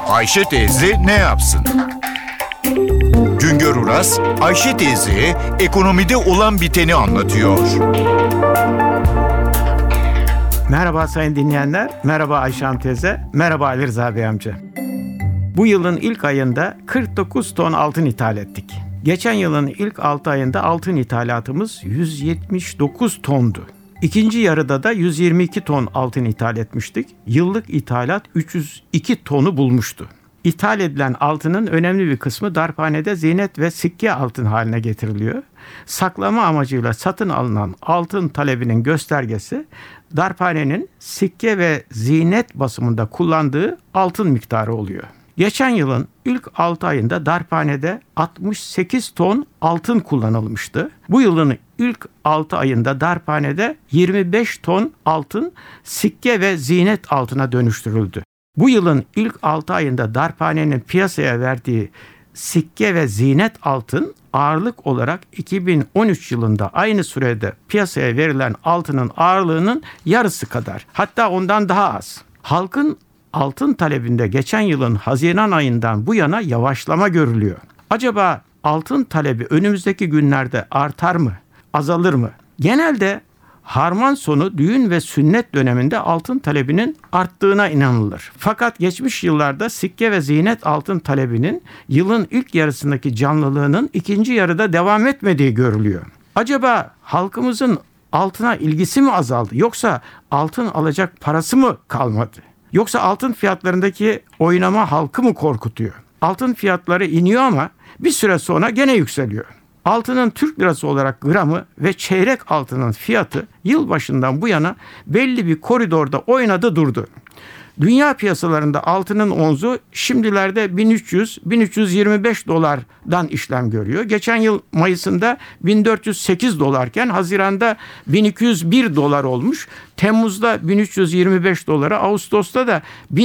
Ayşe teyze ne yapsın? Güngör Uras, Ayşe teyzeye ekonomide olan biteni anlatıyor. Merhaba sayın dinleyenler, merhaba Ayşe Hanım teyze, merhaba Ali Rıza Bey amca. Bu yılın ilk ayında 49 ton altın ithal ettik. Geçen yılın ilk 6 ayında altın ithalatımız 179 tondu. İkinci yarıda da 122 ton altın ithal etmiştik. Yıllık ithalat 302 tonu bulmuştu. İthal edilen altının önemli bir kısmı darphanede ziynet ve sikke altın haline getiriliyor. Saklama amacıyla satın alınan altın talebinin göstergesi darphanenin sikke ve ziynet basımında kullandığı altın miktarı oluyor. Geçen yılın ilk 6 ayında darphanede 68 ton altın kullanılmıştı. Bu yılın ilk 6 ayında darphanede 25 ton altın sikke ve ziynet altına dönüştürüldü. Bu yılın ilk 6 ayında darphanenin piyasaya verdiği sikke ve ziynet altın ağırlık olarak 2013 yılında aynı sürede piyasaya verilen altının ağırlığının yarısı kadar, hatta ondan daha az. Halkın altın talebinde geçen yılın Haziran ayından bu yana yavaşlama görülüyor. Acaba altın talebi önümüzdeki günlerde artar mı, azalır mı? Genelde harman sonu düğün ve sünnet döneminde altın talebinin arttığına inanılır. Fakat geçmiş yıllarda sikke ve ziynet altın talebinin yılın ilk yarısındaki canlılığının ikinci yarıda devam etmediği görülüyor. Acaba halkımızın altına ilgisi mi azaldı, yoksa altın alacak parası mı kalmadı? Yoksa altın fiyatlarındaki oynama halkı mı korkutuyor? Altın fiyatları iniyor ama bir süre sonra gene yükseliyor. Altının Türk lirası olarak gramı ve çeyrek altının fiyatı yılbaşından bu yana belli bir koridorda oynadı durdu. Dünya piyasalarında altının onzu şimdilerde 1300-1325 dolardan işlem görüyor. Geçen yıl Mayıs'ında 1408 dolarken Haziran'da 1201 dolar olmuş. Temmuz'da 1325 dolara, Ağustos'ta da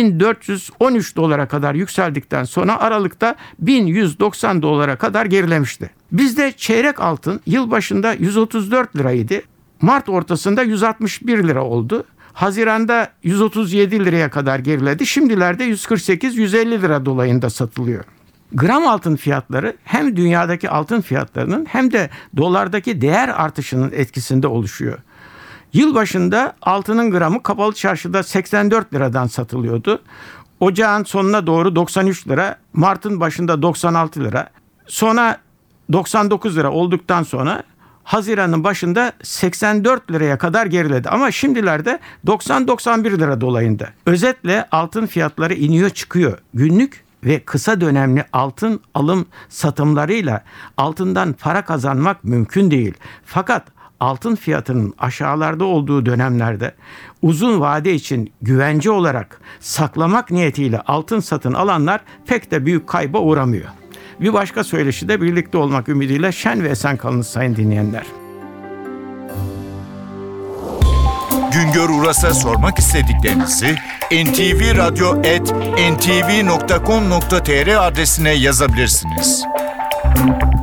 1413 dolara kadar yükseldikten sonra Aralık'ta 1190 dolara kadar gerilemişti. Bizde çeyrek altın yılbaşında 134 liraydı. Mart ortasında 161 lira oldu. Haziran'da 137 liraya kadar geriledi. Şimdilerde 148-150 lira dolayında satılıyor. Gram altın fiyatları hem dünyadaki altın fiyatlarının hem de dolardaki değer artışının etkisinde oluşuyor. Yılbaşında altının gramı kapalı çarşıda 84 liradan satılıyordu. Ocağın sonuna doğru 93 lira, Mart'ın başında 96 lira. Sonra 99 lira olduktan sonra Haziran'ın başında 84 liraya kadar geriledi ama şimdilerde 90-91 lira dolayında. Özetle altın fiyatları iniyor çıkıyor. Günlük ve kısa dönemli altın alım satımlarıyla altından para kazanmak mümkün değil. Fakat altın fiyatının aşağılarda olduğu dönemlerde uzun vade için güvence olarak saklamak niyetiyle altın satın alanlar pek de büyük kayba uğramıyor. Bir başka söyleşide birlikte olmak ümidiyle şen ve esen kalınız sayın dinleyenler. Güngör Uras'a sormak istediklerinizi ntv.com.tr adresine yazabilirsiniz.